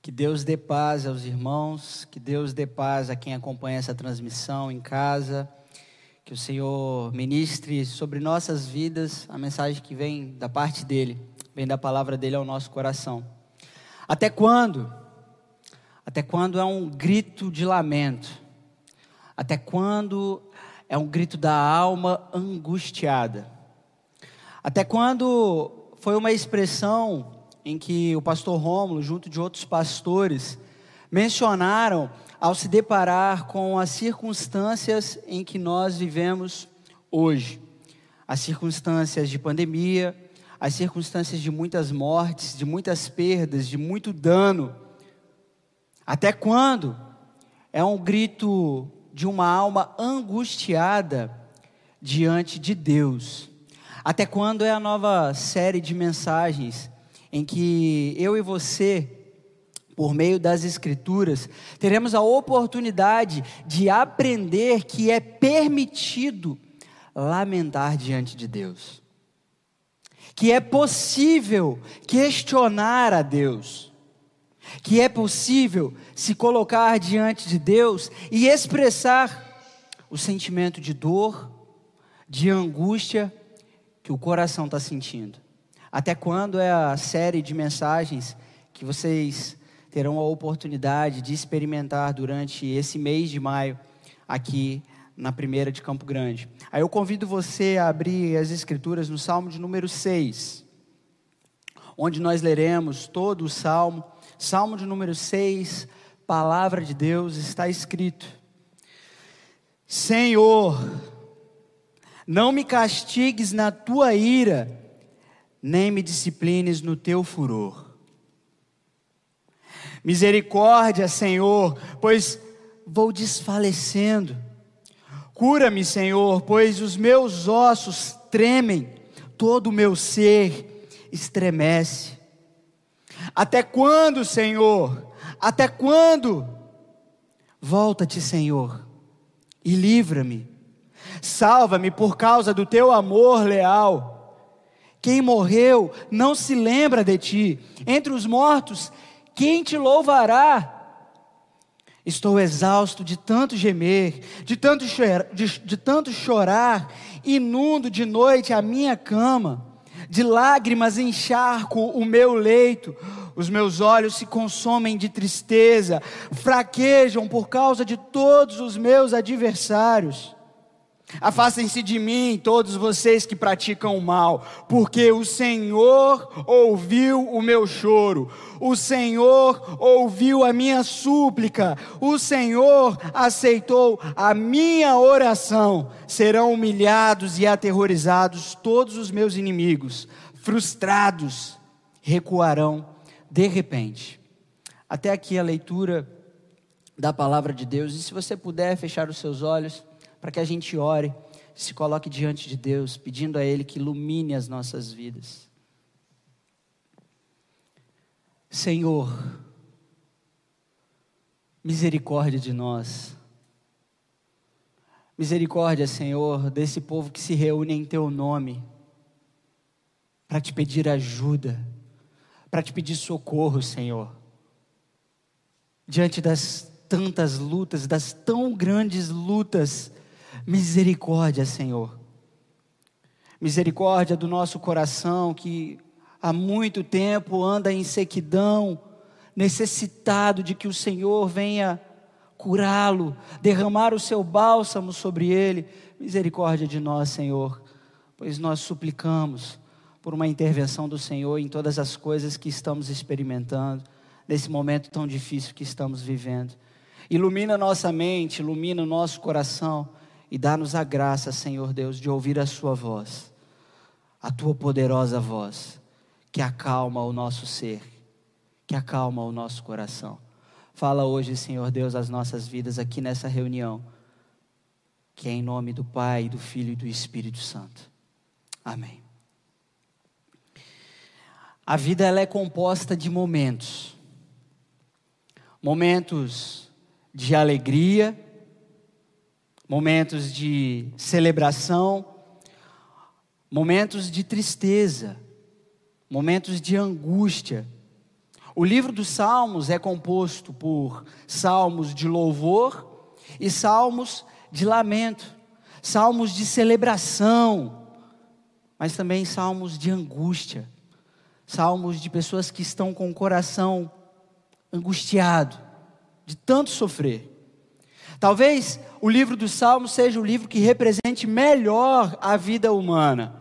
Que Deus dê paz aos irmãos, que Deus dê paz a quem acompanha essa transmissão em casa, que o Senhor ministre sobre nossas vidas a mensagem que vem da parte dEle, vem da palavra dEle ao nosso coração. Até quando? Até quando é um grito de lamento? Até quando é um grito da alma angustiada? Até quando foi uma expressão em que o pastor Rômulo, junto de outros pastores, mencionaram ao se deparar com as circunstâncias em que nós vivemos hoje. As circunstâncias de pandemia, as circunstâncias de muitas mortes, de muitas perdas, de muito dano. Até quando é um grito de uma alma angustiada diante de Deus? Até quando é a nova série de mensagens em que eu e você, por meio das Escrituras, teremos a oportunidade de aprender que é permitido lamentar diante de Deus, que é possível questionar a Deus, que é possível se colocar diante de Deus e expressar o sentimento de dor, de angústia que o coração está sentindo. Até quando é a série de mensagens que vocês terão a oportunidade de experimentar durante esse mês de maio, aqui na primeira de Campo Grande. Aí eu convido você a abrir as Escrituras no Salmo de número 6, onde nós leremos todo o Salmo. Salmo de número 6, palavra de Deus, está escrito: Senhor, não me castigues na tua ira, nem me disciplines no teu furor. Misericórdia, Senhor, pois vou desfalecendo. Cura-me, Senhor, pois os meus ossos tremem, todo o meu ser estremece. Até quando, Senhor? Até quando? Volta-te, Senhor, e livra-me. Salva-me por causa do teu amor leal. Quem morreu não se lembra de ti. Entre os mortos, quem te louvará? Estou exausto de tanto gemer, de tanto chorar. Inundo de noite a minha cama. De lágrimas encharco o meu leito. Os meus olhos se consomem de tristeza. Fraquejam por causa de todos os meus adversários. Afastem-se de mim todos vocês que praticam o mal, porque o Senhor ouviu o meu choro, o Senhor ouviu a minha súplica, o Senhor aceitou a minha oração. Serão humilhados e aterrorizados todos os meus inimigos, frustrados, recuarão de repente. Até aqui a leitura da palavra de Deus, e se você puder fechar os seus olhos, para que a gente ore, se coloque diante de Deus, pedindo a Ele que ilumine as nossas vidas. Senhor, misericórdia de nós. Misericórdia, Senhor, desse povo que se reúne em Teu nome, para Te pedir ajuda, para Te pedir socorro, Senhor. Diante das tantas lutas, das tão grandes lutas, misericórdia, Senhor. Misericórdia do nosso coração que há muito tempo anda em sequidão, necessitado de que o Senhor venha curá-lo, derramar o seu bálsamo sobre ele. Misericórdia de nós, Senhor, pois nós suplicamos por uma intervenção do Senhor em todas as coisas que estamos experimentando, nesse momento tão difícil que estamos vivendo. Ilumina nossa mente, ilumina o nosso coração, e dá-nos a graça, Senhor Deus, de ouvir a sua voz, a tua poderosa voz, que acalma o nosso ser, que acalma o nosso coração. Fala hoje, Senhor Deus, as nossas vidas aqui nessa reunião, que é em nome do Pai, do Filho e do Espírito Santo. Amém. A vida ela é composta de momentos. Momentos de alegria, momentos de celebração, momentos de tristeza, momentos de angústia, O livro dos Salmos é composto por salmos de louvor e salmos de lamento, salmos de celebração, mas também salmos de angústia, salmos de pessoas que estão com o coração angustiado, de tanto sofrer. Talvez o livro dos Salmos seja o livro que represente melhor a vida humana.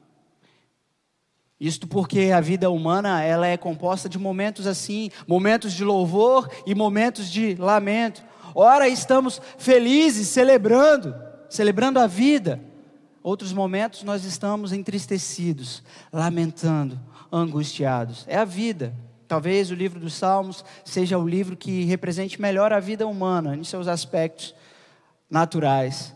Isto porque a vida humana, ela é composta de momentos assim, momentos de louvor e momentos de lamento. Ora estamos felizes, celebrando a vida. Outros momentos nós estamos entristecidos, lamentando, angustiados. É a vida. Talvez o livro dos Salmos seja o livro que represente melhor a vida humana, em seus aspectos naturais.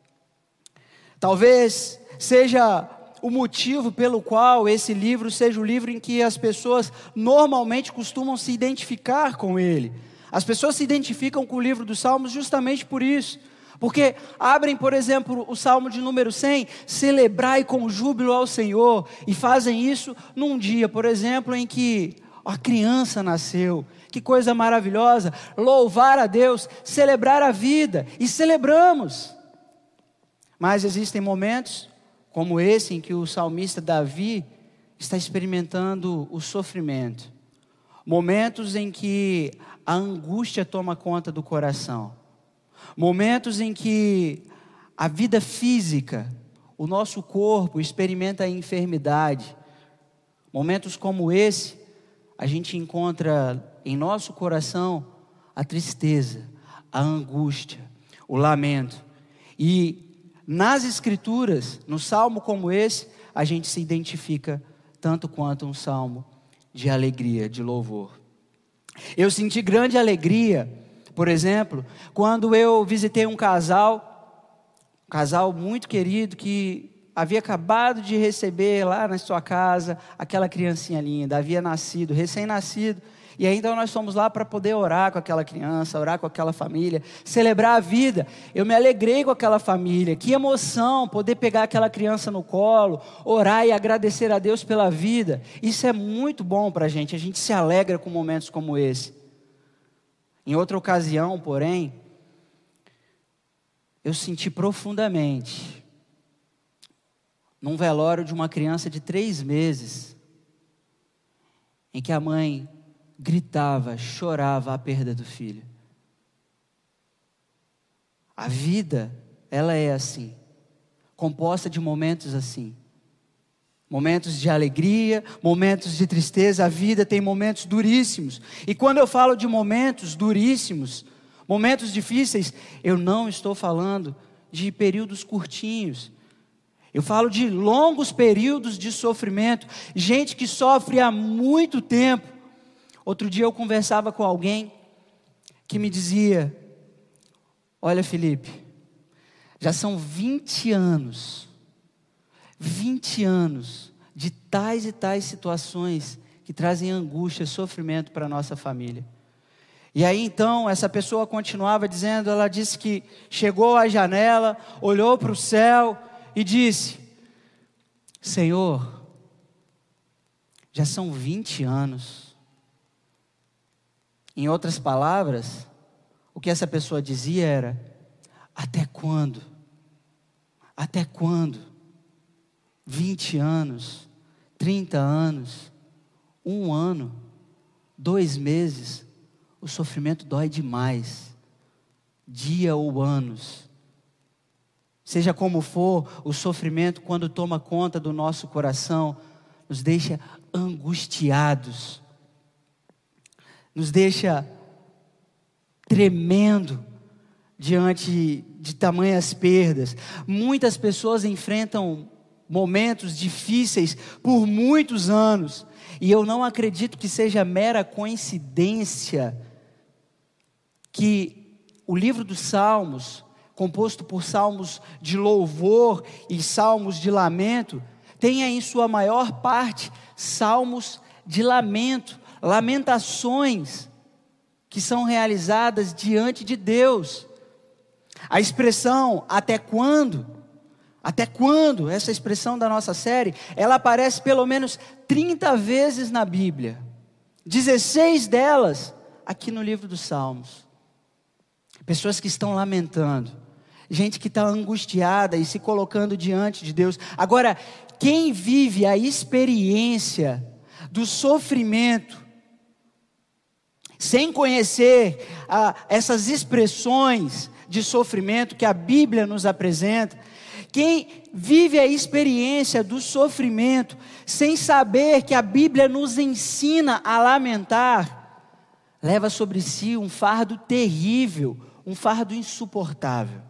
Talvez seja o motivo pelo qual esse livro seja o livro em que as pessoas normalmente costumam se identificar com ele. As pessoas se identificam com o livro dos Salmos justamente por isso. Porque abrem, por exemplo, o Salmo de número 100, celebrai com júbilo ao Senhor, e fazem isso num dia, por exemplo, em que a criança nasceu. Que coisa maravilhosa, louvar a Deus, celebrar a vida, e celebramos. Mas existem momentos como esse em que o salmista Davi está experimentando o sofrimento. Momentos em que a angústia toma conta do coração. Momentos em que a vida física, o nosso corpo experimenta a enfermidade. Momentos como esse, a gente encontra em nosso coração a tristeza, a angústia, o lamento. E nas Escrituras, no salmo como esse, a gente se identifica tanto quanto um salmo de alegria, de louvor. Eu senti grande alegria, por exemplo, quando eu visitei um casal muito querido que havia acabado de receber lá na sua casa aquela criancinha linda, havia nascido, recém-nascido. E aí então nós fomos lá para poder orar com aquela criança, orar com aquela família, celebrar a vida. Eu me alegrei com aquela família, que emoção poder pegar aquela criança no colo, orar e agradecer a Deus pela vida. Isso é muito bom para a gente se alegra com momentos como esse. Em outra ocasião, porém, eu senti profundamente, num velório de uma criança de 3 meses, em que a mãe gritava, chorava a perda do filho. A vida, ela é assim, composta de momentos assim. Momentos de alegria, momentos de tristeza. A vida tem momentos duríssimos. E quando eu falo de momentos duríssimos, momentos difíceis, eu não estou falando de períodos curtinhos. Eu falo de longos períodos de sofrimento. Gente que sofre há muito tempo. Outro dia eu conversava com alguém que me dizia: olha, Felipe, já são 20 anos de tais e tais situações que trazem angústia, sofrimento para a nossa família. E aí então essa pessoa continuava dizendo, ela disse que chegou à janela, olhou para o céu e disse: Senhor, já são 20 anos. Em outras palavras, o que essa pessoa dizia era: até quando? Até quando? 20 anos, 30 anos, 1 ano, 2 meses, o sofrimento dói demais, dia ou anos. Seja como for, o sofrimento, quando toma conta do nosso coração, nos deixa angustiados, nos deixa tremendo diante de tamanhas perdas. Muitas pessoas enfrentam momentos difíceis por muitos anos, e eu não acredito que seja mera coincidência que o livro dos Salmos, composto por salmos de louvor e salmos de lamento, tenha em sua maior parte salmos de lamento, lamentações que são realizadas diante de Deus. A expressão até quando, essa expressão da nossa série, ela aparece pelo menos 30 vezes na Bíblia. 16 delas aqui no livro dos Salmos. Pessoas que estão lamentando, gente que está angustiada e se colocando diante de Deus. Agora, quem vive a experiência do sofrimento, sem conhecer essas expressões de sofrimento que a Bíblia nos apresenta, quem vive a experiência do sofrimento, sem saber que a Bíblia nos ensina a lamentar, leva sobre si um fardo terrível, um fardo insuportável.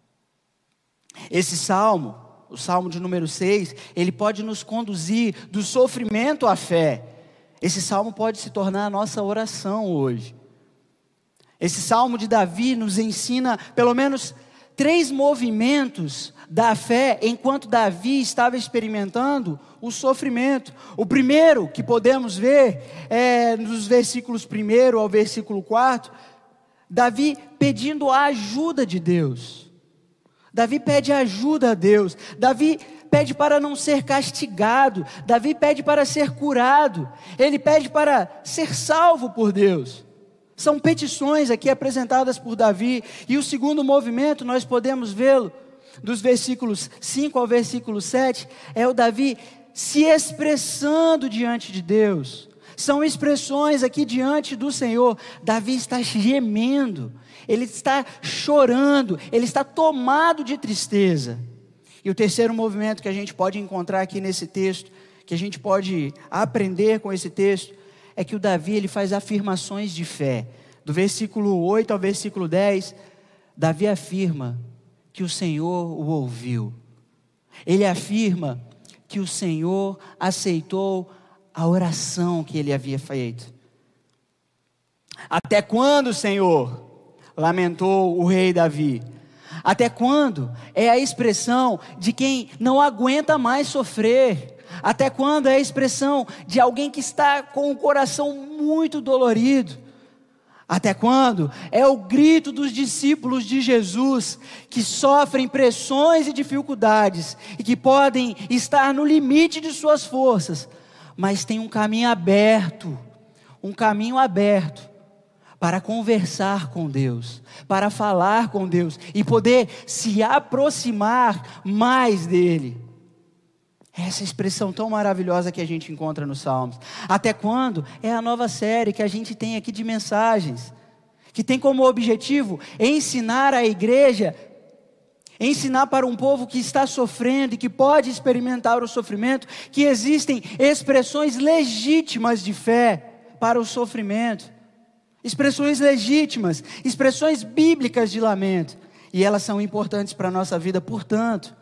Esse salmo, o salmo de número 6, ele pode nos conduzir do sofrimento à fé. Esse salmo pode se tornar a nossa oração hoje. Esse salmo de Davi nos ensina pelo menos 3 movimentos da fé enquanto Davi estava experimentando o sofrimento. O primeiro que podemos ver é nos versículos 1 ao versículo 4, Davi pedindo a ajuda de Deus. Davi pede ajuda a Deus. Davi pede para não ser castigado. Davi pede para ser curado. Ele pede para ser salvo por Deus. São petições aqui apresentadas por Davi. E o segundo movimento, nós podemos vê-lo dos versículos 5 ao versículo 7, é o Davi se expressando diante de Deus. São expressões aqui diante do Senhor. Davi está gemendo, ele está chorando, ele está tomado de tristeza. E o terceiro movimento que a gente pode encontrar aqui nesse texto, que a gente pode aprender com esse texto, é que o Davi ele faz afirmações de fé. Do versículo 8 ao versículo 10, Davi afirma que o Senhor o ouviu. Ele afirma que o Senhor aceitou a oração que ele havia feito. Até quando, Senhor? Lamentou o rei Davi. Até quando? É a expressão de quem não aguenta mais sofrer. Até quando é a expressão de alguém que está com o coração muito dolorido. Até quando? É o grito dos discípulos de Jesus, que sofrem pressões e dificuldades, e que podem estar no limite de suas forças, mas tem um caminho aberto para conversar com Deus, para falar com Deus, e poder se aproximar mais dEle. Essa expressão tão maravilhosa que a gente encontra nos Salmos. Até quando? É a nova série que a gente tem aqui de mensagens, que tem como objetivo ensinar a igreja, ensinar para um povo que está sofrendo e que pode experimentar o sofrimento, que existem expressões legítimas de fé para o sofrimento. Expressões legítimas, expressões bíblicas de lamento. E elas são importantes para a nossa vida, portanto.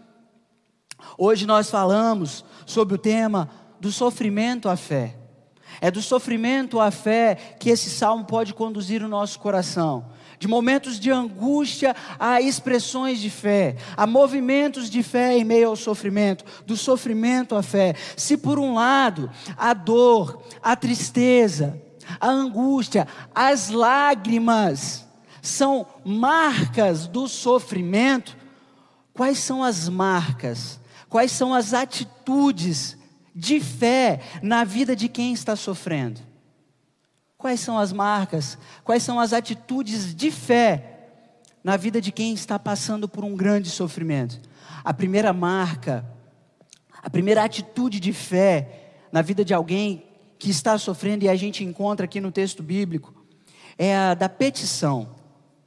Hoje nós falamos sobre o tema do sofrimento à fé. É do sofrimento à fé que esse salmo pode conduzir o nosso coração. De momentos de angústia a expressões de fé, a movimentos de fé em meio ao sofrimento, do sofrimento à fé. Se por um lado a dor, a tristeza, a angústia, as lágrimas são marcas do sofrimento, quais são as marcas? Quais são as atitudes de fé na vida de quem está sofrendo? Quais são as marcas? Quais são as atitudes de fé na vida de quem está passando por um grande sofrimento? A primeira marca, a primeira atitude de fé na vida de alguém que está sofrendo, e a gente encontra aqui no texto bíblico, é a da petição.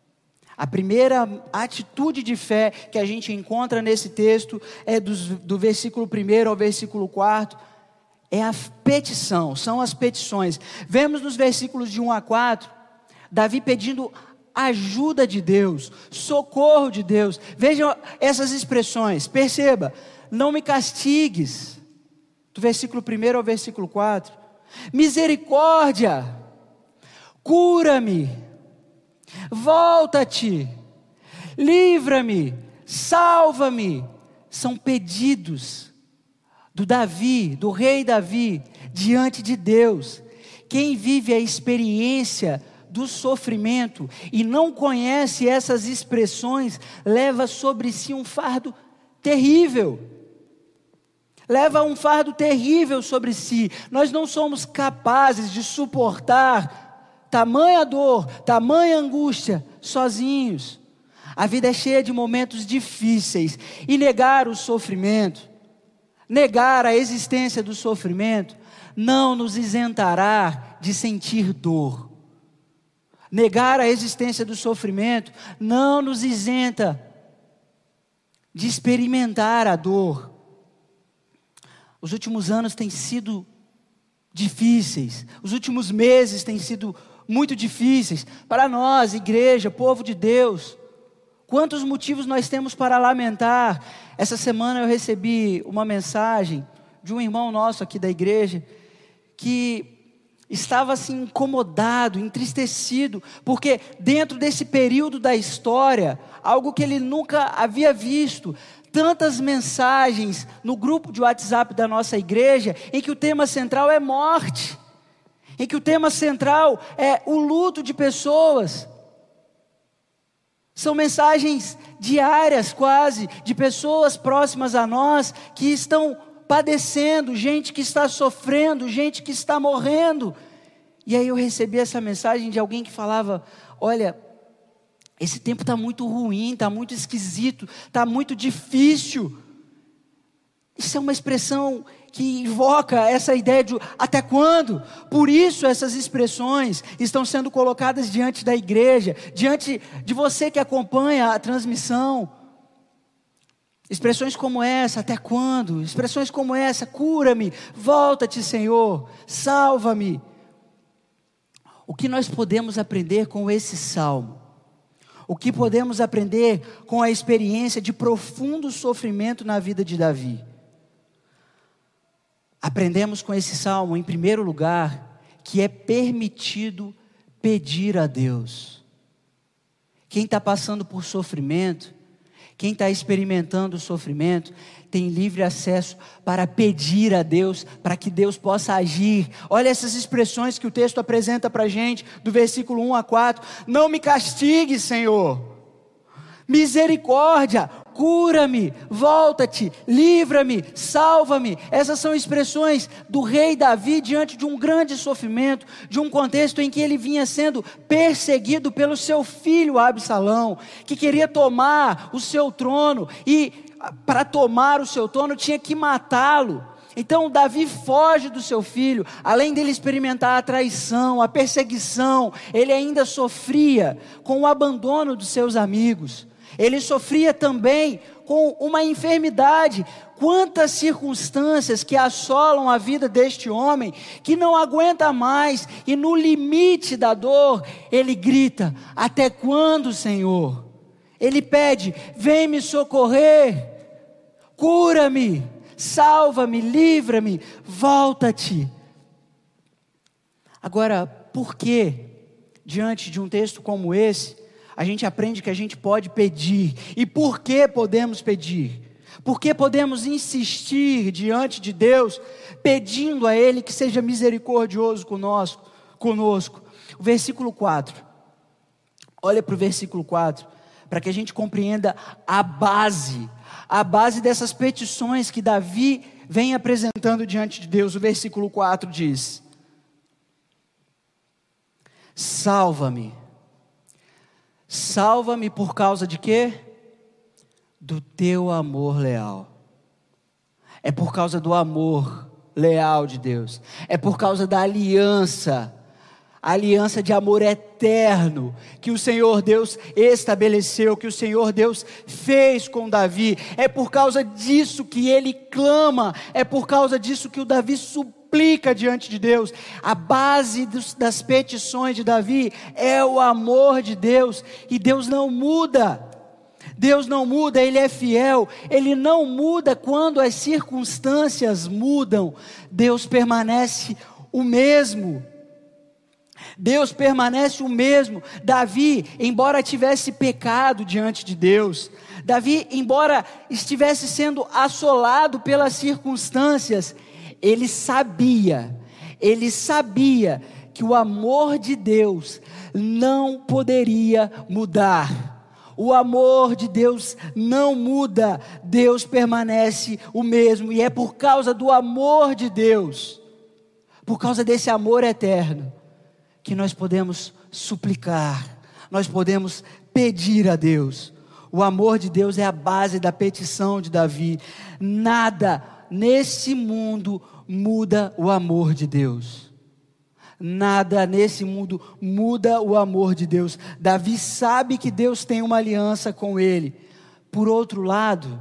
A primeira atitude de fé que a gente encontra nesse texto é do versículo 1 ao versículo 4, é a petição, são as petições. Vemos nos versículos de 1 a 4, Davi pedindo ajuda de Deus, socorro de Deus. Vejam essas expressões, perceba, não me castigues, do versículo 1 ao versículo 4, misericórdia, cura-me, volta-te, livra-me, salva-me. São pedidos do Davi, do rei Davi, diante de Deus. Quem vive a experiência do sofrimento e não conhece essas expressões, leva sobre si um fardo terrível. leva um fardo terrível sobre si. Nós não somos capazes de suportar tamanha dor, tamanha angústia, sozinhos. A vida é cheia de momentos difíceis, e negar o sofrimento, negar a existência do sofrimento, não nos isentará de sentir dor. Negar a existência do sofrimento não nos isenta de experimentar a dor. Os últimos anos têm sido difíceis, os últimos meses têm sido muito difíceis para nós, igreja, povo de Deus. Quantos motivos nós temos para lamentar? Essa semana eu recebi uma mensagem de um irmão nosso aqui da igreja, que estava assim incomodado, entristecido, porque dentro desse período da história, algo que ele nunca havia visto, tantas mensagens no grupo de WhatsApp da nossa igreja, em que o tema central é morte, em que o tema central é o luto de pessoas. São mensagens diárias quase, de pessoas próximas a nós, que estão padecendo, gente que está sofrendo, gente que está morrendo. E aí eu recebi essa mensagem de alguém que falava: olha, esse tempo está muito ruim, está muito esquisito, está muito difícil. Isso é uma expressão que invoca essa ideia de até quando? Por isso essas expressões estão sendo colocadas diante da igreja, diante de você que acompanha a transmissão. Expressões como essa, até quando? Expressões como essa, cura-me, volta-te, Senhor, salva-me. O que nós podemos aprender com esse salmo? O que podemos aprender com a experiência de profundo sofrimento na vida de Davi? Aprendemos com esse salmo, em primeiro lugar, que é permitido pedir a Deus. Quem está passando por sofrimento, quem está experimentando o sofrimento, tem livre acesso para pedir a Deus, para que Deus possa agir. Olha essas expressões que o texto apresenta para a gente, do versículo 1 a 4. Não me castigue, Senhor. Misericórdia, cura-me, volta-te, livra-me, salva-me. Essas são expressões do rei Davi diante de um grande sofrimento, de um contexto em que ele vinha sendo perseguido pelo seu filho Absalão, que queria tomar o seu trono, e para tomar o seu trono tinha que matá-lo. Então Davi foge do seu filho, além dele experimentar a traição, a perseguição, ele ainda sofria com o abandono dos seus amigos. Ele sofria também com uma enfermidade. Quantas circunstâncias que assolam a vida deste homem, que não aguenta mais, e no limite da dor, ele grita: até quando, Senhor? Ele pede: vem me socorrer, cura-me, salva-me, livra-me, volta-te. Agora, por que, diante de um texto como esse, a gente aprende que a gente pode pedir? E por que podemos pedir? Por que podemos insistir diante de Deus, pedindo a Ele que seja misericordioso conosco? O versículo 4, olha para o versículo 4, para que a gente compreenda a base dessas petições que Davi vem apresentando diante de Deus. O versículo 4 diz: salva-me. Salva-me por causa de quê? Do teu amor leal. É por causa do amor leal de Deus. É por causa da aliança, a aliança de amor eterno que o Senhor Deus estabeleceu, que o Senhor Deus fez com Davi. É por causa disso que ele clama, é por causa disso que o Davi suplica diante de Deus. A base das petições de Davi é o amor de Deus, e Deus não muda. Deus não muda, Ele é fiel. Ele não muda quando as circunstâncias mudam. Deus permanece o mesmo. Deus permanece o mesmo. Davi, embora tivesse pecado diante de Deus, Davi, embora estivesse sendo assolado pelas circunstâncias, ele sabia que o amor de Deus não poderia mudar. O amor de Deus não muda, Deus permanece o mesmo, e é por causa do amor de Deus, por causa desse amor eterno, que nós podemos suplicar, nós podemos pedir a Deus. O amor de Deus é a base da petição de Davi. Nada nesse mundo muda o amor de Deus. Nada nesse mundo muda o amor de Deus. Davi sabe que Deus tem uma aliança com ele. Por outro lado,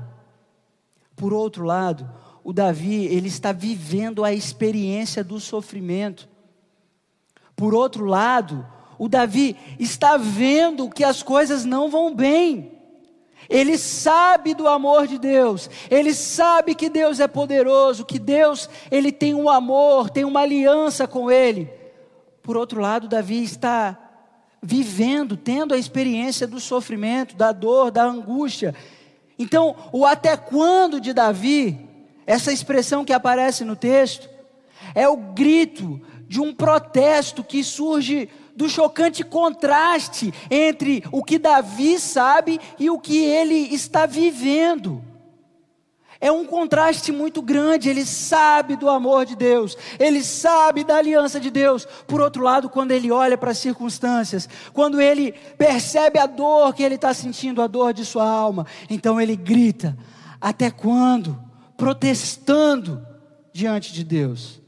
o Davi, ele está vivendo a experiência do sofrimento. Por outro lado, o Davi está vendo que as coisas não vão bem. Ele sabe do amor de Deus, ele sabe que Deus é poderoso, que Deus, ele tem um amor, tem uma aliança com ele. Por outro lado, Davi está vivendo, tendo a experiência do sofrimento, da dor, da angústia. Então, o até quando de Davi, essa expressão que aparece no texto, é o grito de um protesto que surge do chocante contraste entre o que Davi sabe e o que ele está vivendo. É um contraste muito grande. Ele sabe do amor de Deus, ele sabe da aliança de Deus. Por outro lado, quando ele olha para as circunstâncias, quando ele percebe a dor que ele está sentindo, a dor de sua alma, então ele grita: até quando? Protestando diante de Deus.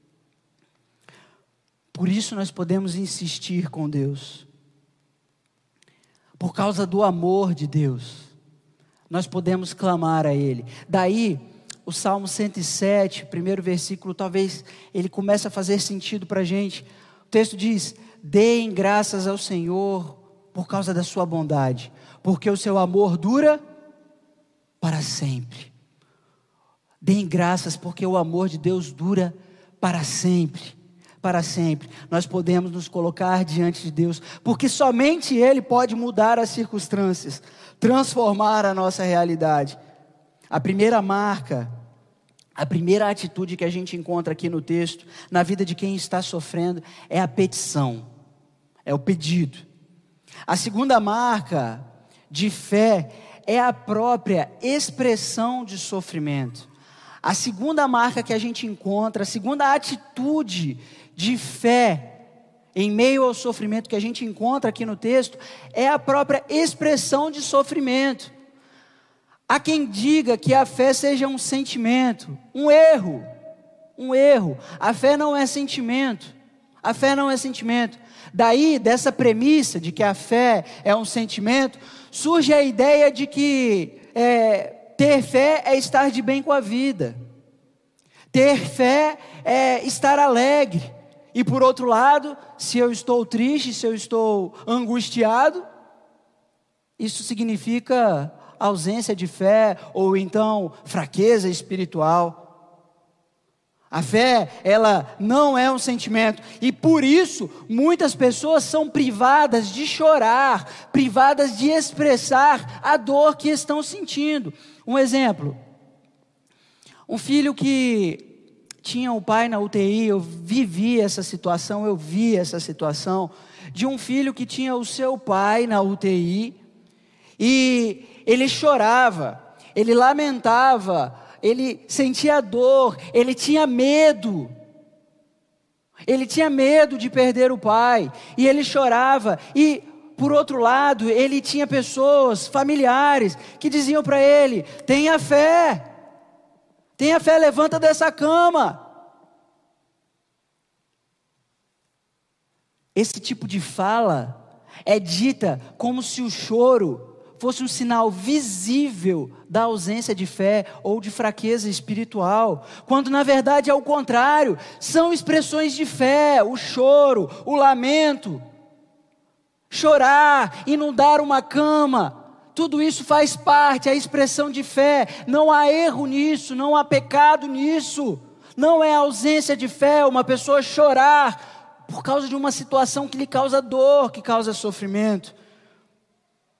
Por isso nós podemos insistir com Deus. Por causa do amor de Deus, nós podemos clamar a Ele. Daí, o Salmo 107, primeiro versículo, talvez ele comece a fazer sentido para a gente. O texto diz: deem graças ao Senhor por causa da sua bondade, porque o seu amor dura para sempre. Deem graças porque o amor de Deus dura para sempre. Para sempre. Nós podemos nos colocar diante de Deus, porque somente Ele pode mudar as circunstâncias, transformar a nossa realidade. A primeira marca, a primeira atitude que a gente encontra aqui no texto, na vida de quem está sofrendo, é a petição, é o pedido. A segunda marca de fé é a própria expressão de sofrimento. A segunda marca que a gente encontra, a segunda atitude de fé em meio ao sofrimento que a gente encontra aqui no texto, é a própria expressão de sofrimento. Há quem diga que a fé seja um sentimento, um erro. A fé não é sentimento, Daí, dessa premissa de que a fé é um sentimento, surge a ideia de que ter fé é estar de bem com a vida. Ter fé é estar alegre. E por outro lado, se eu estou triste, se eu estou angustiado, isso significa ausência de fé ou então fraqueza espiritual. A fé, ela não é um sentimento, e por isso muitas pessoas são privadas de chorar, privadas de expressar a dor que estão sentindo. Um exemplo, um filho que tinha o pai na UTI, eu vi essa situação de um filho que tinha o seu pai na UTI, e ele chorava, ele lamentava, ele sentia dor, ele tinha medo de perder o pai, e ele chorava, e por outro lado, ele tinha pessoas, familiares, que diziam para ele: tenha fé, levanta dessa cama. Esse tipo de fala é dita como se o choro fosse um sinal visível da ausência de fé ou de fraqueza espiritual, quando na verdade é o contrário, são expressões de fé, o choro, o lamento, chorar, inundar uma cama. Tudo isso faz parte, a expressão de fé. Não há erro nisso, não há pecado nisso. Não é ausência de fé uma pessoa chorar por causa de uma situação que lhe causa dor, que causa sofrimento.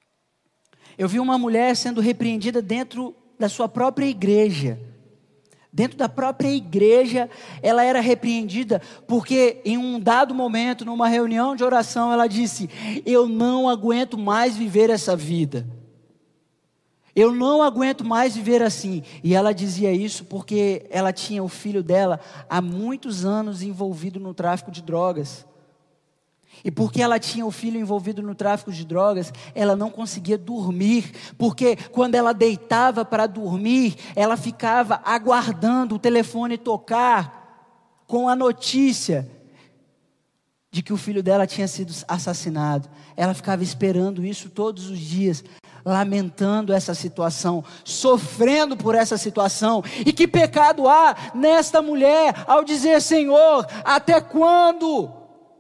Eu vi uma mulher sendo repreendida dentro da sua própria igreja. Dentro da própria igreja, ela era repreendida, porque em um dado momento, numa reunião de oração, ela disse: eu não aguento mais viver essa vida. Eu não aguento mais viver assim. E ela dizia isso porque ela tinha o filho dela há muitos anos envolvido no tráfico de drogas. E porque ela tinha o filho envolvido no tráfico de drogas, ela não conseguia dormir, porque quando ela deitava para dormir, ela ficava aguardando o telefone tocar com a notícia de que o filho dela tinha sido assassinado. Ela ficava esperando isso todos os dias, lamentando essa situação, sofrendo por essa situação. E que pecado há nesta mulher ao dizer: Senhor, até quando?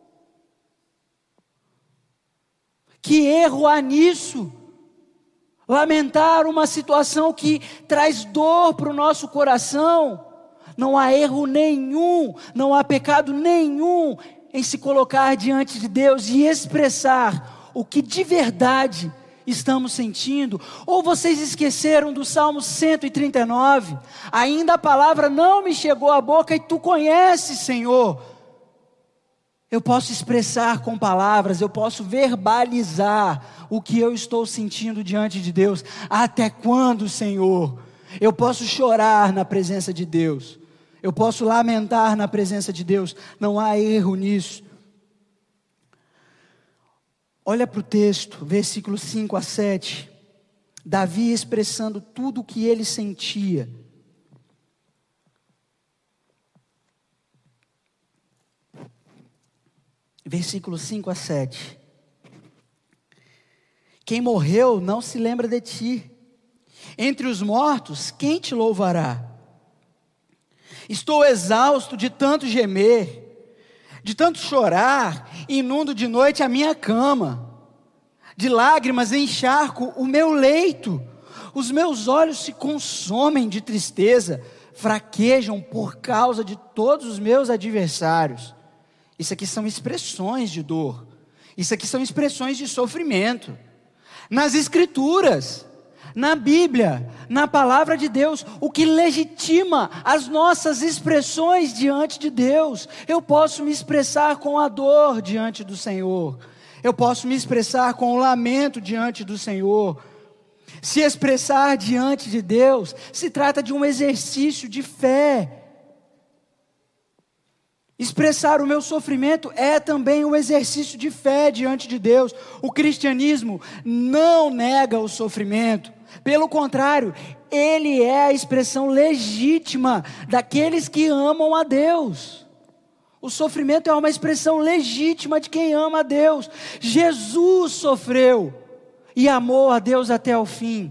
Que erro há nisso? Lamentar uma situação que traz dor para o nosso coração. Não há erro nenhum, não há pecado nenhum em se colocar diante de Deus e expressar o que de verdade estamos sentindo. Ou vocês esqueceram do Salmo 139? Ainda a palavra não me chegou à boca e tu conheces, Senhor. Eu posso expressar com palavras, eu posso verbalizar o que eu estou sentindo diante de Deus. Até quando, Senhor? Eu posso chorar na presença de Deus. Eu posso lamentar na presença de Deus. Não há erro nisso. Olha para o texto, versículos 5 a 7. Davi expressando tudo o que ele sentia. Versículos 5 a 7. Quem morreu não se lembra de ti. Entre os mortos, quem te louvará? Estou exausto de tanto gemer, de tanto chorar, inundo de noite a minha cama. De lágrimas encharco o meu leito. Os meus olhos se consomem de tristeza, fraquejam por causa de todos os meus adversários. Isso aqui são expressões de dor. Isso aqui são expressões de sofrimento. Nas Escrituras, na Bíblia, na Palavra de Deus, o que legitima as nossas expressões diante de Deus. Eu posso me expressar com a dor diante do Senhor. Eu posso me expressar com o lamento diante do Senhor. Se expressar diante de Deus se trata de um exercício de fé. Expressar o meu sofrimento é também um exercício de fé diante de Deus. O cristianismo não nega o sofrimento. Pelo contrário, ele é a expressão legítima daqueles que amam a Deus. O sofrimento é uma expressão legítima de quem ama a Deus. Jesus sofreu e amou a Deus até o fim.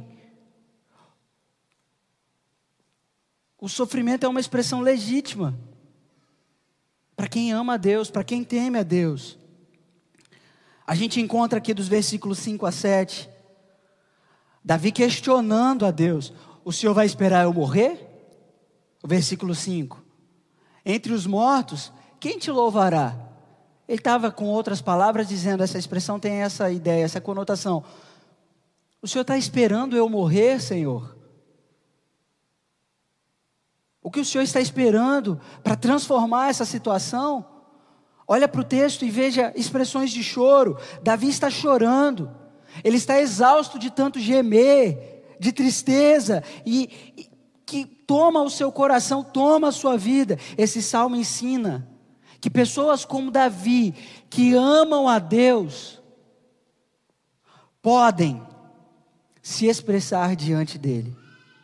O sofrimento é uma expressão legítima para quem ama a Deus, para quem teme a Deus. A gente encontra aqui dos versículos 5 a 7, Davi questionando a Deus: o Senhor vai esperar eu morrer? O versículo 5, entre os mortos, quem te louvará? Ele estava com outras palavras dizendo, essa expressão tem essa ideia, essa conotação: o Senhor está esperando eu morrer, Senhor? O que o Senhor está esperando para transformar essa situação? Olha para o texto e veja expressões de choro. Davi está chorando. Ele está exausto de tanto gemer, de tristeza, e que toma o seu coração, toma a sua vida. Esse salmo ensina que pessoas como Davi, que amam a Deus, podem se expressar diante dEle.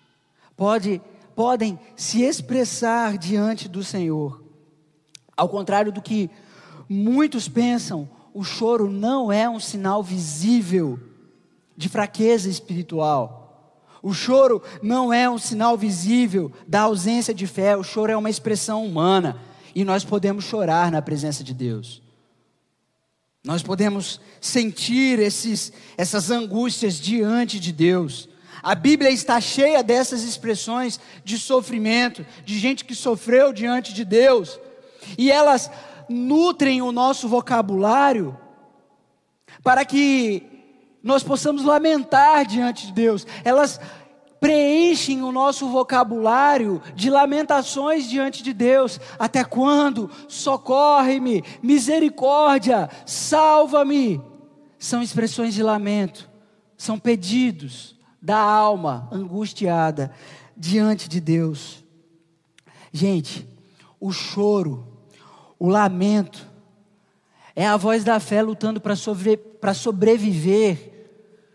Podem se expressar diante do Senhor. Ao contrário do que muitos pensam, o choro não é um sinal visível de fraqueza espiritual. O choro não é um sinal visível da ausência de fé. O choro é uma expressão humana e nós podemos chorar na presença de Deus. Nós podemos sentir essas angústias diante de Deus. A Bíblia está cheia dessas expressões de sofrimento, de gente que sofreu diante de Deus, e elas nutrem o nosso vocabulário para que nós possamos lamentar diante de Deus. Elas preenchem o nosso vocabulário de lamentações diante de Deus. Até quando? Socorre-me, misericórdia, salva-me. São expressões de lamento, são pedidos da alma angustiada diante de Deus. Gente, o choro, o lamento, é a voz da fé lutando para sobreviver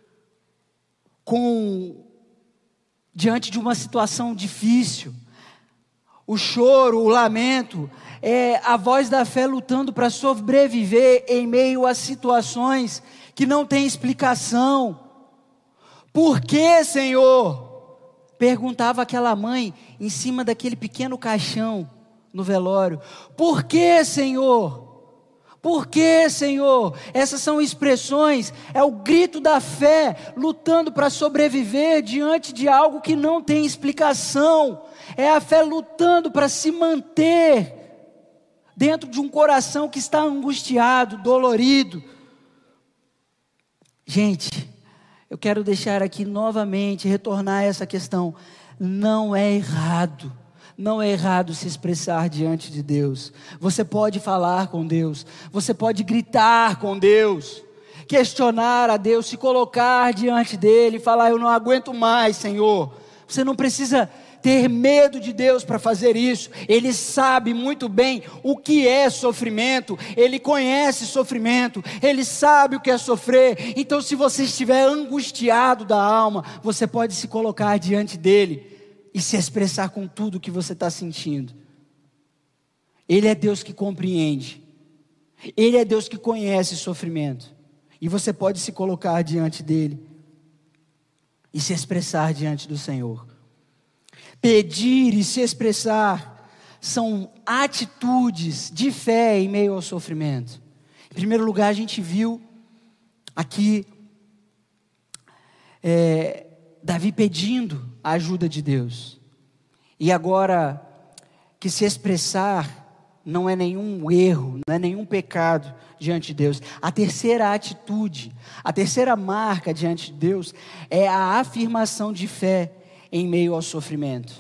diante de uma situação difícil. O choro, o lamento, é a voz da fé lutando para sobreviver em meio a situações que não têm explicação. Por que, Senhor? Perguntava aquela mãe em cima daquele pequeno caixão no velório. Por que, Senhor? Por que, Senhor? Essas são expressões, é o grito da fé, lutando para sobreviver diante de algo que não tem explicação. É a fé lutando para se manter dentro de um coração que está angustiado, dolorido. Gente, eu quero deixar aqui novamente, retornar a essa questão. Não é errado. Não é errado se expressar diante de Deus. Você pode falar com Deus. Você pode gritar com Deus. Questionar a Deus, se colocar diante dEle e falar: eu não aguento mais, Senhor. Você não precisa ter medo de Deus para fazer isso. Ele sabe muito bem o que é sofrimento. Ele conhece sofrimento. Ele sabe o que é sofrer. Então, se você estiver angustiado da alma, você pode se colocar diante dEle e se expressar com tudo o que você está sentindo. Ele é Deus que compreende. Ele é Deus que conhece sofrimento. E você pode se colocar diante dele e se expressar diante do Senhor. Pedir e se expressar são atitudes de fé em meio ao sofrimento. Em primeiro lugar, a gente viu aqui Davi pedindo a ajuda de Deus. E agora, que se expressar não é nenhum erro, não é nenhum pecado diante de Deus. A terceira atitude, a terceira marca diante de Deus é a afirmação de fé em meio ao sofrimento.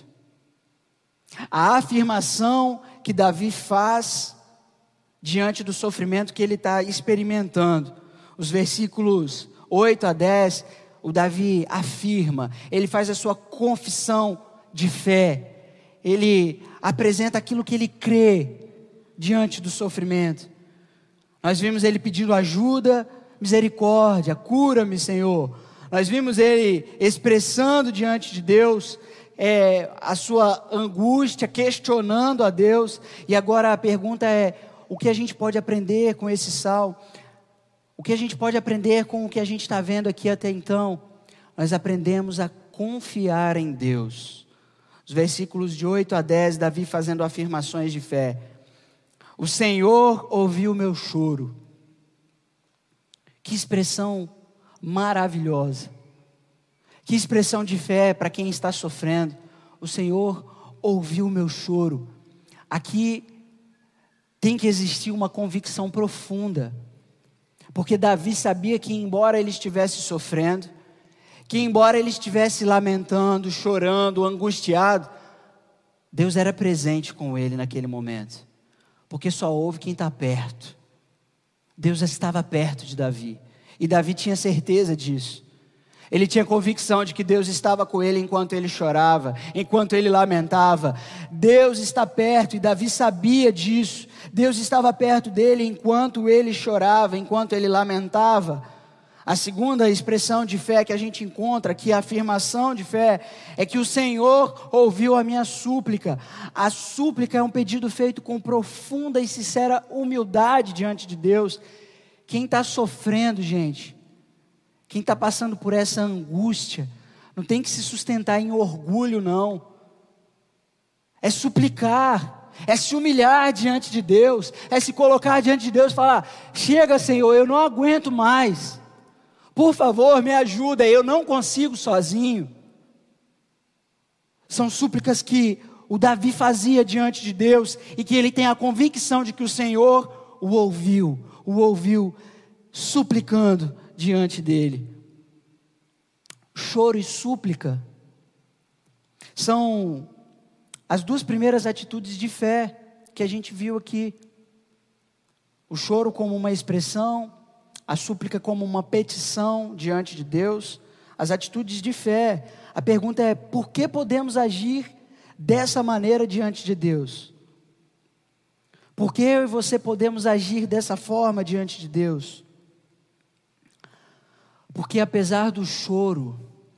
A afirmação que Davi faz diante do sofrimento que ele está experimentando. Os versículos 8 a 10, o Davi afirma, ele faz a sua confissão de fé. Ele apresenta aquilo que ele crê diante do sofrimento. Nós vimos ele pedindo ajuda, misericórdia, cura-me, Senhor. Nós vimos ele expressando diante de Deus a sua angústia, questionando a Deus. E agora a pergunta é: o que a gente pode aprender com esse salmo? O que a gente pode aprender com o que a gente está vendo aqui até então? Nós aprendemos a confiar em Deus. Os versículos de 8 a 10, Davi fazendo afirmações de fé. O Senhor ouviu o meu choro. Que expressão maravilhosa. Que expressão de fé para quem está sofrendo. O Senhor ouviu o meu choro. Aqui tem que existir uma convicção profunda. Porque Davi sabia que embora ele estivesse sofrendo, que embora ele estivesse lamentando, chorando, angustiado, Deus era presente com ele naquele momento. Porque só ouve quem está perto. Deus estava perto de Davi. E Davi tinha certeza disso. Ele tinha convicção de que Deus estava com ele enquanto ele chorava, enquanto ele lamentava. Deus está perto e Davi sabia disso. Deus estava perto dele enquanto ele chorava, enquanto ele lamentava. A segunda expressão de fé que a gente encontra aqui, a afirmação de fé, é que o Senhor ouviu a minha súplica. A súplica é um pedido feito com profunda e sincera humildade diante de Deus. Quem está sofrendo, gente, quem está passando por essa angústia, não tem que se sustentar em orgulho, não. É suplicar, é se humilhar diante de Deus, é se colocar diante de Deus e falar: chega, Senhor, eu não aguento mais. Por favor, me ajuda, eu não consigo sozinho. São súplicas que o Davi fazia diante de Deus e que ele tem a convicção de que o Senhor o ouviu suplicando diante dele. Choro e súplica São as duas primeiras atitudes de fé que a gente viu aqui. O choro como uma expressão, a súplica como uma petição diante de Deus, as atitudes de fé. A pergunta é: por que podemos agir dessa maneira diante de Deus? Por que eu e você podemos agir dessa forma diante de Deus? Porque apesar do choro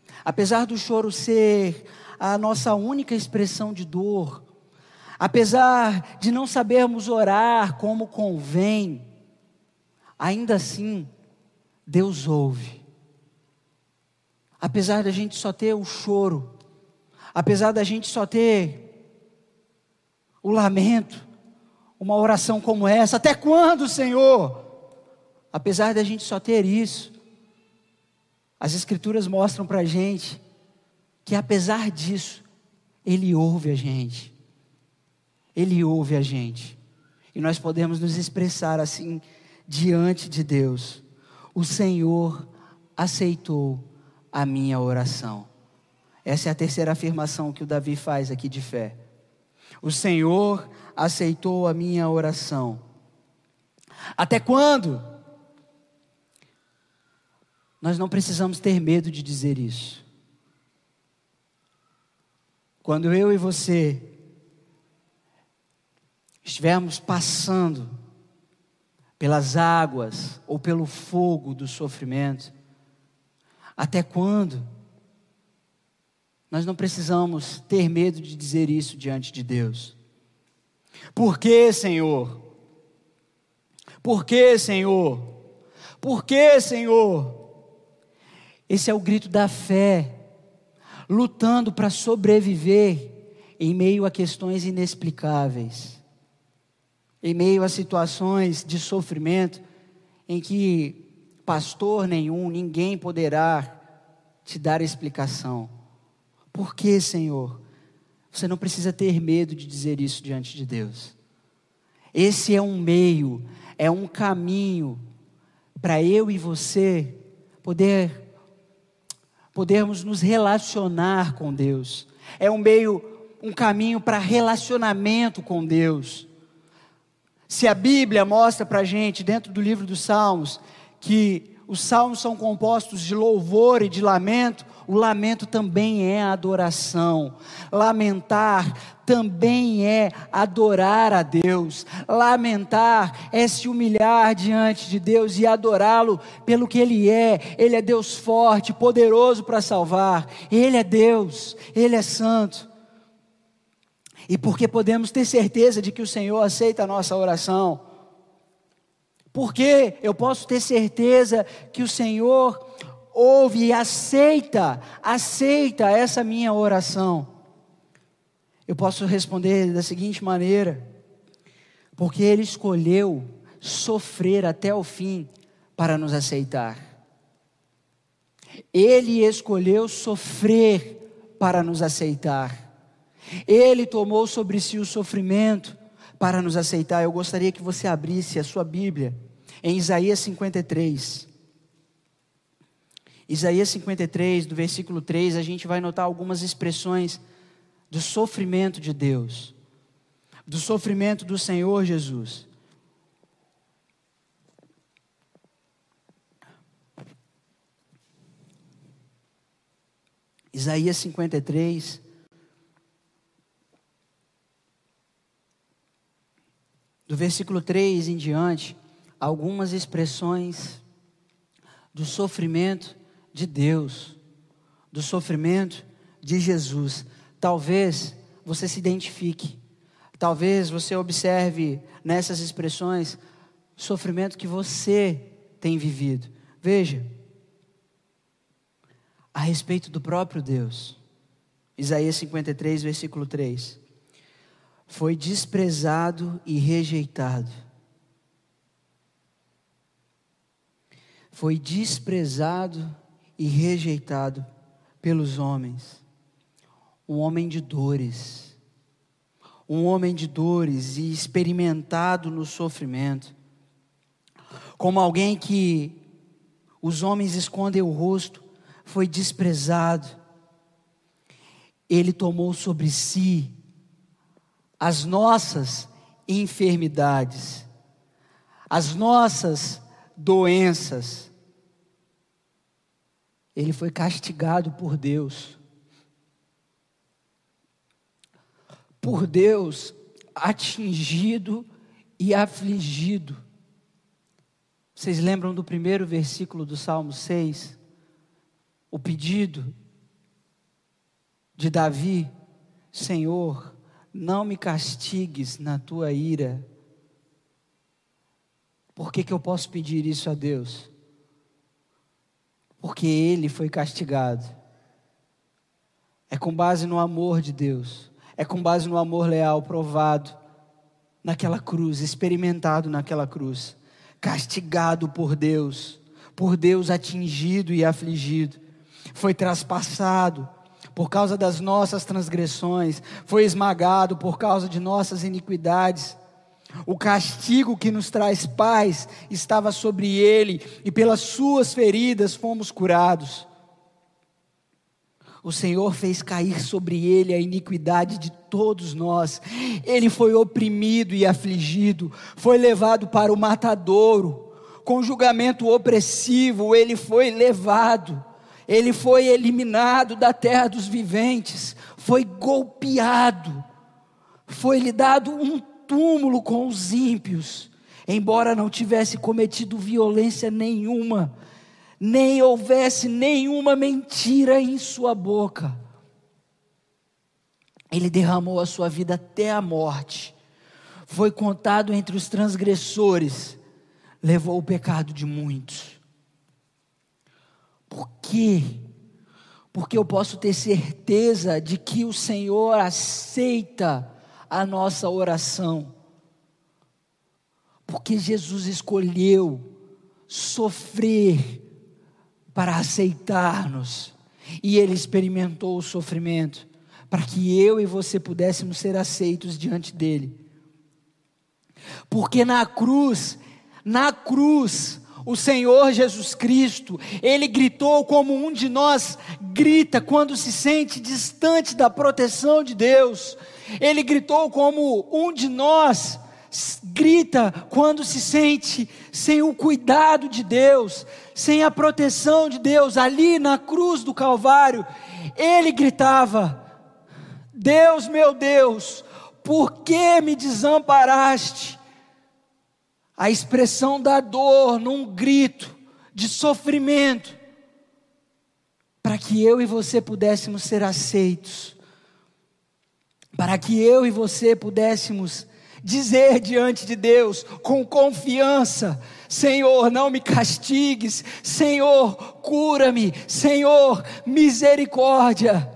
ser a nossa única expressão de dor, apesar de não sabermos orar como convém, ainda assim, Deus ouve. Apesar da gente só ter o choro, apesar da gente só ter o lamento, uma oração como essa: até quando, Senhor? Apesar da gente só ter isso, as Escrituras mostram para a gente que apesar disso, Ele ouve a gente. Ele ouve a gente. E nós podemos nos expressar assim diante de Deus: o Senhor aceitou a minha oração. Essa é a terceira afirmação que o Davi faz aqui de fé. O Senhor aceitou a minha oração. Até quando? Nós não precisamos ter medo de dizer isso. Quando eu e você estivermos passando pelas águas ou pelo fogo do sofrimento, até quando? Nós não precisamos ter medo de dizer isso diante de Deus. Por que, Senhor? Por que, Senhor? Por que, Senhor? Esse é o grito da fé, lutando para sobreviver em meio a questões inexplicáveis, em meio a situações de sofrimento em que pastor nenhum, ninguém poderá te dar explicação. Por que, Senhor? Você não precisa ter medo de dizer isso diante de Deus. Esse é um meio, é um caminho para eu e você podermos nos relacionar com Deus. É um meio, um caminho para relacionamento com Deus. Se a Bíblia mostra para a gente, dentro do livro dos Salmos, que os salmos são compostos de louvor e de lamento, o lamento também é adoração. Lamentar também é adorar a Deus. Lamentar é se humilhar diante de Deus e adorá-lo pelo que Ele é. Ele é Deus forte, poderoso para salvar. Ele é Deus, Ele é santo. E porque podemos ter certeza de que o Senhor aceita a nossa oração? Porque eu posso ter certeza que o Senhor ouve e aceita essa minha oração? Eu posso responder da seguinte maneira: porque Ele escolheu sofrer até o fim para nos aceitar. Ele escolheu sofrer para nos aceitar. Ele tomou sobre si o sofrimento para nos aceitar. Eu gostaria que você abrisse a sua Bíblia em Isaías 53. Isaías 53, do versículo 3, a gente vai notar algumas expressões do sofrimento de Deus, do sofrimento do Senhor Jesus. Isaías 53, do versículo 3 em diante, algumas expressões do sofrimento de Deus, do sofrimento de Jesus. Talvez você se identifique, talvez você observe nessas expressões o sofrimento que você tem vivido. Veja, a respeito do próprio Deus, Isaías 53, versículo 3: foi desprezado e rejeitado. Foi desprezado e rejeitado pelos homens. Um homem de dores. Um homem de dores e experimentado no sofrimento. Como alguém que os homens escondem o rosto, foi desprezado. Ele tomou sobre si as nossas enfermidades, as nossas doenças. Ele foi castigado por Deus. Por Deus, atingido e afligido. Vocês lembram do primeiro versículo do Salmo 6? O pedido de Davi: Senhor, não me castigues na tua ira. Por que eu posso pedir isso a Deus? Porque Ele foi castigado. É com base no amor de Deus. É com base no amor leal provado naquela cruz, experimentado naquela cruz. Castigado por Deus atingido e afligido. Foi traspassado por causa das nossas transgressões. Foi esmagado por causa de nossas iniquidades. O castigo que nos traz paz estava sobre ele, e pelas suas feridas fomos curados. O Senhor fez cair sobre ele a iniquidade de todos nós. Ele foi oprimido e afligido, foi levado para o matadouro, com julgamento opressivo ele foi levado. Ele foi eliminado da terra dos viventes, foi golpeado, foi-lhe dado um túmulo com os ímpios, embora não tivesse cometido violência nenhuma, nem houvesse nenhuma mentira em sua boca. Ele derramou a sua vida até a morte, foi contado entre os transgressores, levou o pecado de muitos. Por quê? Porque eu posso ter certeza de que o Senhor aceita a nossa oração, porque Jesus escolheu sofrer para aceitar-nos, e Ele experimentou o sofrimento, para que eu e você pudéssemos ser aceitos diante dEle, porque na cruz, o Senhor Jesus Cristo, Ele gritou como um de nós grita quando se sente distante da proteção de Deus. Ele gritou como um de nós grita quando se sente sem o cuidado de Deus, sem a proteção de Deus. Ali na cruz do Calvário, Ele gritava: Deus, meu Deus, por que me desamparaste? A expressão da dor num grito de sofrimento, para que eu e você pudéssemos ser aceitos, para que eu e você pudéssemos dizer diante de Deus com confiança: Senhor, não me castigues, Senhor, cura-me, Senhor, misericórdia.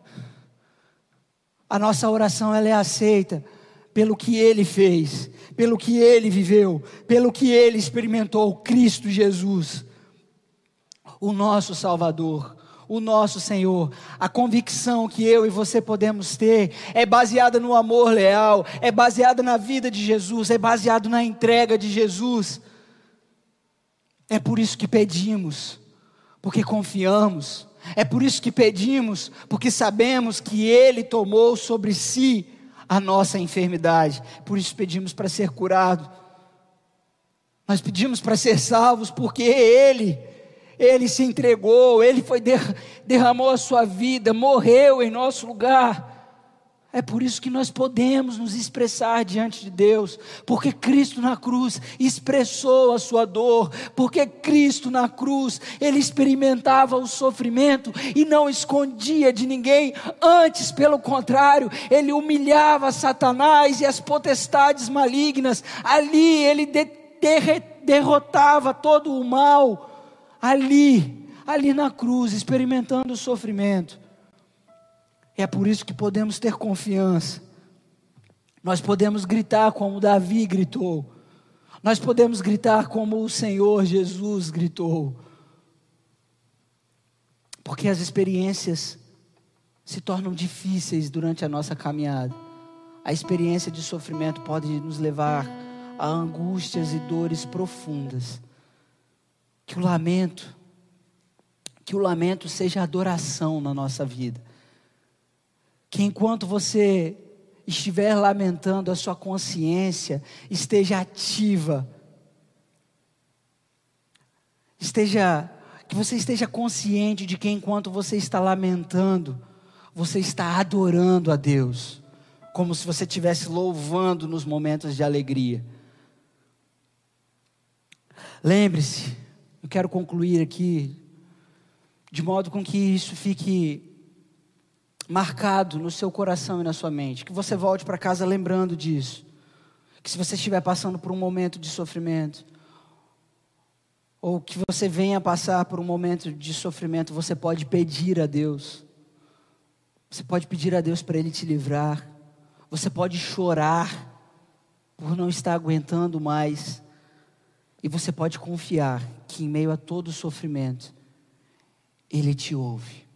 A nossa oração ela é aceita pelo que Ele fez, pelo que Ele viveu, pelo que Ele experimentou. Cristo Jesus, o nosso Salvador, o nosso Senhor. A convicção que eu e você podemos ter é baseada no amor leal, é baseada na vida de Jesus, é baseado na entrega de Jesus. É por isso que pedimos, porque confiamos. É por isso que pedimos, porque sabemos que Ele tomou sobre si a nossa enfermidade. Por isso pedimos para ser curado. Nós pedimos para ser salvos, porque Ele se entregou, Ele derramou a sua vida, morreu em nosso lugar. É por isso que nós podemos nos expressar diante de Deus, porque Cristo na cruz expressou a sua dor, porque Cristo na cruz, Ele experimentava o sofrimento e não escondia de ninguém. Antes, pelo contrário, Ele humilhava Satanás e as potestades malignas. Ali Ele derrotava todo o mal, ali na cruz, experimentando o sofrimento. É por isso que podemos ter confiança. Nós podemos gritar como Davi gritou. Nós podemos gritar como o Senhor Jesus gritou. Porque as experiências se tornam difíceis durante a nossa caminhada. A experiência de sofrimento pode nos levar a angústias e dores profundas. Que o lamento seja adoração na nossa vida. Que enquanto você estiver lamentando, a sua consciência esteja ativa. Que você esteja consciente de que enquanto você está lamentando, você está adorando a Deus, como se você estivesse louvando nos momentos de alegria. Lembre-se, eu quero concluir aqui, de modo com que isso fique marcado no seu coração e na sua mente, que você volte para casa lembrando disso, que se você estiver passando por um momento de sofrimento, ou que você venha passar por um momento de sofrimento, você pode pedir a Deus, você pode pedir a Deus para Ele te livrar, você pode chorar por não estar aguentando mais, e você pode confiar que em meio a todo o sofrimento, Ele te ouve.